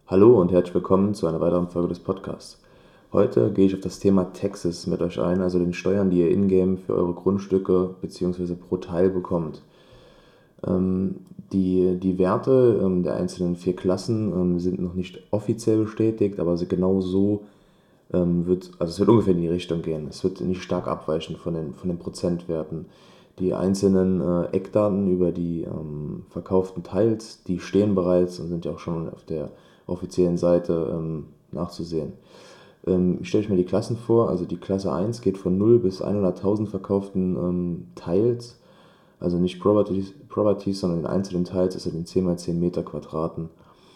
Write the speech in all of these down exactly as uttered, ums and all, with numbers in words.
Hallo und herzlich willkommen zu einer weiteren Folge des Podcasts. Heute gehe ich auf das Thema Taxes mit euch ein, also den Steuern, die ihr in-game für eure Grundstücke bzw. pro Teil bekommt. Ähm, die, die Werte ähm, der einzelnen vier Klassen ähm, sind noch nicht offiziell bestätigt, aber sie genau so ähm, wird, also es wird ungefähr in die Richtung gehen. Es wird nicht stark abweichen von den, von den Prozentwerten. Die einzelnen äh, Eckdaten über die ähm, verkauften Teils, die stehen bereits und sind ja auch schon auf der offiziellen Seite ähm, nachzusehen. Ähm, ich stelle mir die Klassen vor, also die Klasse eins geht von null bis hunderttausend verkauften ähm, Teils, also nicht Properties, Properties, sondern in einzelnen Teils, also in zehn mal zehn Meter Quadraten.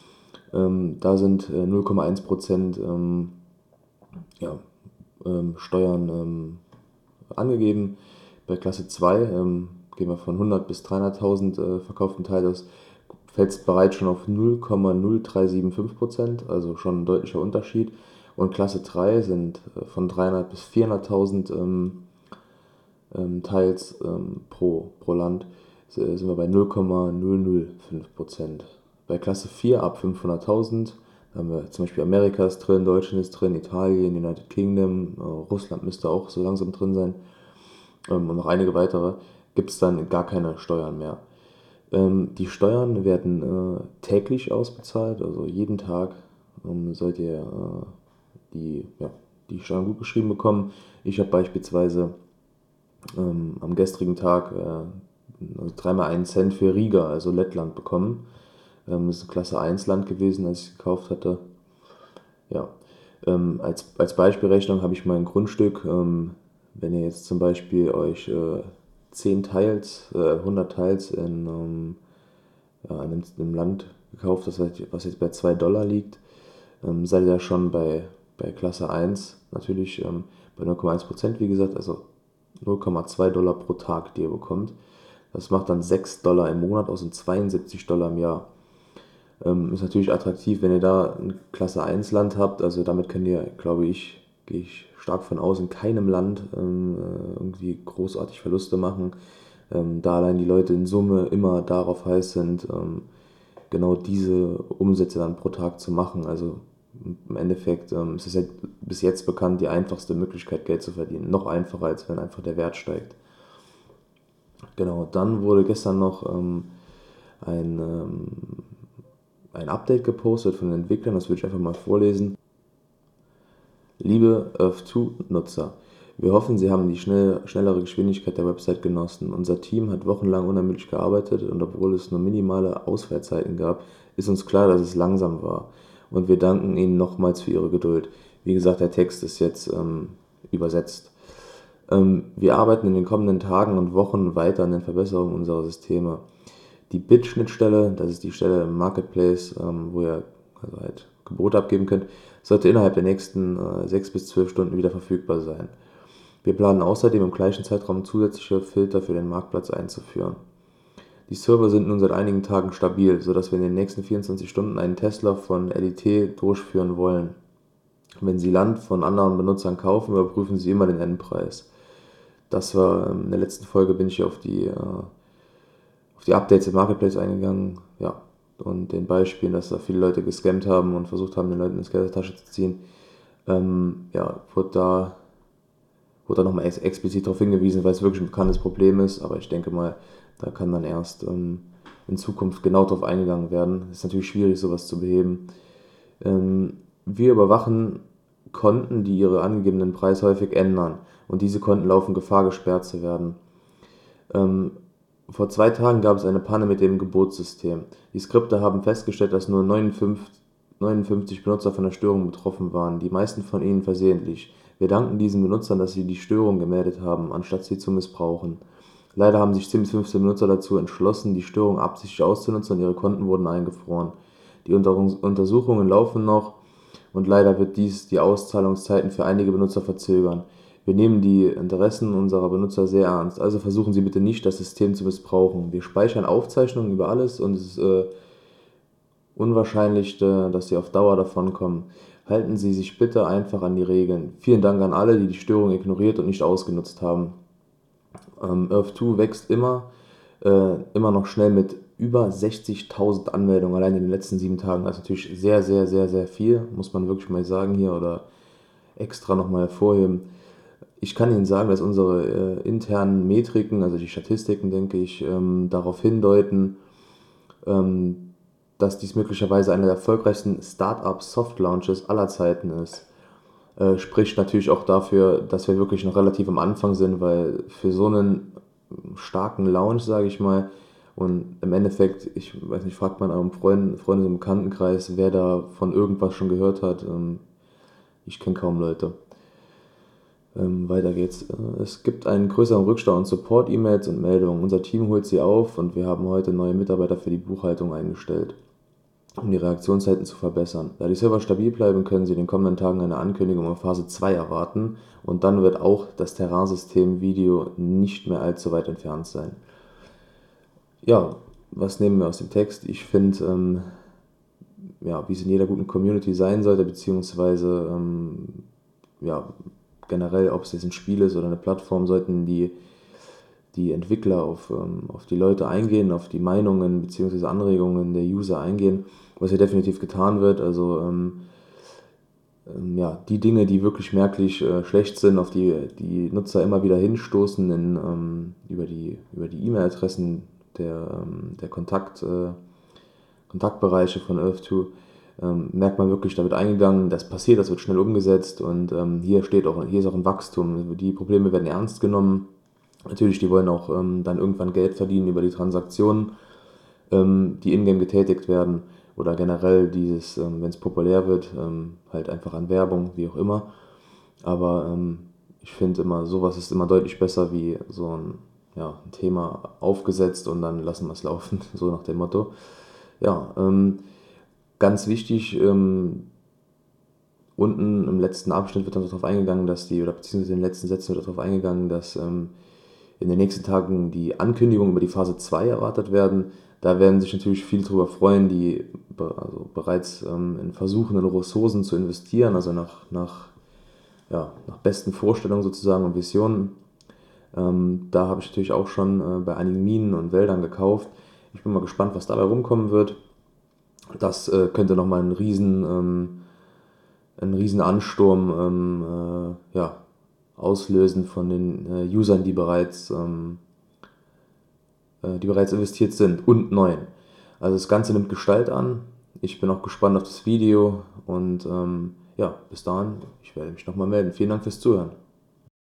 Ähm, da sind äh, null Komma eins Prozent ähm, ja, ähm, Steuern ähm, angegeben. Bei Klasse zwei ähm, gehen wir von hundert bis dreihunderttausend äh, verkauften Teilen aus, fällt es bereits schon auf null Komma null drei sieben fünf Prozent, also schon ein deutlicher Unterschied. Und Klasse drei sind äh, von dreihundert bis vierhunderttausend ähm, ähm, Teils ähm, pro, pro Land, äh, sind wir bei null Komma null null fünf Prozent. Bei Klasse vier ab fünfhunderttausend haben wir zum Beispiel Amerika ist drin, Deutschland ist drin, Italien, United Kingdom, äh, Russland müsste auch so langsam drin sein ähm, und noch einige weitere, gibt es dann gar keine Steuern mehr. Ähm, die Steuern werden äh, täglich ausbezahlt, also jeden Tag ähm, sollt ihr äh, die, ja, die Steuern gut geschrieben bekommen. Ich habe beispielsweise ähm, am gestrigen Tag äh, also dreimal einen Cent für Riga, also Lettland, bekommen. Ähm, das ist ein Klasse eins Land gewesen, als ich es gekauft hatte. Ja. Ähm, als, als Beispielrechnung habe ich mein Grundstück, ähm, wenn ihr jetzt zum Beispiel euch äh, zehn Teils, äh, hundert Teils in, ähm, ja, in, einem, in einem Land gekauft, das heißt, was jetzt bei zwei Dollar liegt, ähm, seid ihr da schon bei, bei Klasse eins natürlich ähm, bei null Komma eins Prozent, wie gesagt, also null Komma zwei Dollar pro Tag, die ihr bekommt. Das macht dann sechs Dollar im Monat aus und zweiundsiebzig Dollar im Jahr. Ähm, ist natürlich attraktiv, wenn ihr da ein Klasse eins Land habt. Also damit könnt ihr, glaube ich, gehe ich stark von aus, in keinem Land ähm, äh, irgendwie großartig Verluste machen. Ähm, da allein die Leute in Summe immer darauf heiß sind, ähm, genau diese Umsätze dann pro Tag zu machen. Also im Endeffekt ähm, ist es ja bis jetzt bekannt, die einfachste Möglichkeit, Geld zu verdienen. Noch einfacher, als wenn einfach der Wert steigt. Genau, dann wurde gestern noch ähm, ein, ähm, ein Update gepostet von den Entwicklern, das würde ich einfach mal vorlesen. Liebe Earth zwei Nutzer, wir hoffen, Sie haben die schnell, schnellere Geschwindigkeit der Website genossen. Unser Team hat wochenlang unermüdlich gearbeitet und obwohl es nur minimale Ausfallzeiten gab, ist uns klar, dass es langsam war. Und wir danken Ihnen nochmals für Ihre Geduld. Wie gesagt, der Text ist jetzt ähm, übersetzt. Ähm, wir arbeiten in den kommenden Tagen und Wochen weiter an den Verbesserungen unserer Systeme. Die Bit-Schnittstelle, das ist die Stelle im Marketplace, ähm, wo ihr also halt Gebote abgeben könnt, sollte innerhalb der nächsten äh, sechs bis zwölf Stunden wieder verfügbar sein. Wir planen außerdem im gleichen Zeitraum zusätzliche Filter für den Marktplatz einzuführen. Die Server sind nun seit einigen Tagen stabil, sodass wir in den nächsten vierundzwanzig Stunden einen Tesla von L I T durchführen wollen. Wenn Sie Land von anderen Benutzern kaufen, überprüfen Sie immer den Endpreis. Das war ähm, in der letzten Folge, bin ich auf die, äh, auf die Updates im Marketplace eingegangen. Ja, und den Beispielen, dass da viele Leute gescammt haben und versucht haben, den Leuten ins Geld aus der Tasche zu ziehen. Ähm, ja, wurde da, wurde da nochmal ex explizit darauf hingewiesen, weil es wirklich ein bekanntes Problem ist. Aber ich denke mal, da kann dann erst ähm, in Zukunft genau darauf eingegangen werden. Es ist natürlich schwierig, sowas zu beheben. Ähm, wir überwachen Konten, die ihre angegebenen Preis häufig ändern. Und diese Konten laufen Gefahr, gesperrt zu werden. Ähm, vor zwei Tagen gab es eine Panne mit dem Gebotssystem. Die Skripte haben festgestellt, dass nur neunundfünfzig, neunundfünfzig Benutzer von der Störung betroffen waren, die meisten von ihnen versehentlich. Wir danken diesen Benutzern, dass sie die Störung gemeldet haben, anstatt sie zu missbrauchen. Leider haben sich ziemlich fünfzehn Benutzer dazu entschlossen, die Störung absichtlich auszunutzen und ihre Konten wurden eingefroren. Die Untersuchungen laufen noch und leider wird dies die Auszahlungszeiten für einige Benutzer verzögern. Wir nehmen die Interessen unserer Benutzer sehr ernst, also versuchen Sie bitte nicht, das System zu missbrauchen. Wir speichern Aufzeichnungen über alles und es ist äh, unwahrscheinlich, äh, dass Sie auf Dauer davonkommen. Halten Sie sich bitte einfach an die Regeln. Vielen Dank an alle, die die Störung ignoriert und nicht ausgenutzt haben. Ähm, Earth zwei wächst immer, äh, immer noch schnell mit über sechzigtausend Anmeldungen allein in den letzten sieben Tagen. Das ist natürlich sehr, sehr, sehr, sehr viel, muss man wirklich mal sagen hier oder extra nochmal hervorheben. Ich kann Ihnen sagen, dass unsere äh, internen Metriken, also die Statistiken, denke ich, ähm, darauf hindeuten, ähm, dass dies möglicherweise einer der erfolgreichsten Startup-Soft-Launches aller Zeiten ist. Äh, spricht natürlich auch dafür, dass wir wirklich noch relativ am Anfang sind, weil für so einen starken Launch, sage ich mal, und im Endeffekt, ich weiß nicht, fragt man eurem Freund, Freunde im Bekanntenkreis, wer da von irgendwas schon gehört hat. Ähm, ich kenne kaum Leute. Ähm, weiter geht's. Äh, Es gibt einen größeren Rückstau an Support-E-Mails und Meldungen. Unser Team holt sie auf und wir haben heute neue Mitarbeiter für die Buchhaltung eingestellt, um die Reaktionszeiten zu verbessern. Da die Server stabil bleiben, können Sie in den kommenden Tagen eine Ankündigung in Phase zwei erwarten und dann wird auch das Terrain-System-Video nicht mehr allzu weit entfernt sein. Ja, was nehmen wir aus dem Text? Ich finde, ähm, ja, wie es in jeder guten Community sein sollte, beziehungsweise ähm, ja, generell, ob es jetzt ein Spiel ist oder eine Plattform, sollten die, die Entwickler auf, ähm, auf die Leute eingehen, auf die Meinungen bzw. Anregungen der User eingehen, was ja definitiv getan wird. Also ähm, ähm, ja, die Dinge, die wirklich merklich äh, schlecht sind, auf die die Nutzer immer wieder hinstoßen in, ähm, über die über die E-Mail-Adressen der, ähm, der Kontakt, äh, Kontaktbereiche von Earth zwei, ähm, merkt man wirklich, da wird eingegangen, das passiert, das wird schnell umgesetzt und ähm, hier steht auch, hier ist auch ein Wachstum. Die Probleme werden ernst genommen. Natürlich, die wollen auch ähm, dann irgendwann Geld verdienen über die Transaktionen, ähm, die in-game getätigt werden oder generell dieses, ähm, wenn es populär wird, ähm, halt einfach an Werbung, wie auch immer. Aber ähm, ich finde immer, sowas ist immer deutlich besser wie so ein, ja, ein Thema aufgesetzt und dann lassen wir es laufen, so nach dem Motto. Ja, ähm, ganz wichtig, ähm, unten im letzten Abschnitt wird dann darauf eingegangen, dass die, oder beziehungsweise in den letzten Sätzen wird darauf eingegangen, dass ähm, in den nächsten Tagen die Ankündigungen über die Phase zwei erwartet werden. Da werden sich natürlich viele darüber freuen, die be also bereits ähm, in versuchen, in Ressourcen zu investieren, also nach, nach, ja, nach besten Vorstellungen sozusagen und Visionen. Ähm, da habe ich natürlich auch schon äh, bei einigen Minen und Wäldern gekauft. Ich bin mal gespannt, was dabei rumkommen wird. Das äh, könnte nochmal einen riesen, ähm, einen riesen Ansturm ähm, äh, ja, auslösen von den äh, Usern, die bereits, ähm, äh, die bereits investiert sind und neuen. Also das Ganze nimmt Gestalt an. Ich bin auch gespannt auf das Video und ähm, ja, bis dahin, ich werde mich nochmal melden. Vielen Dank fürs Zuhören.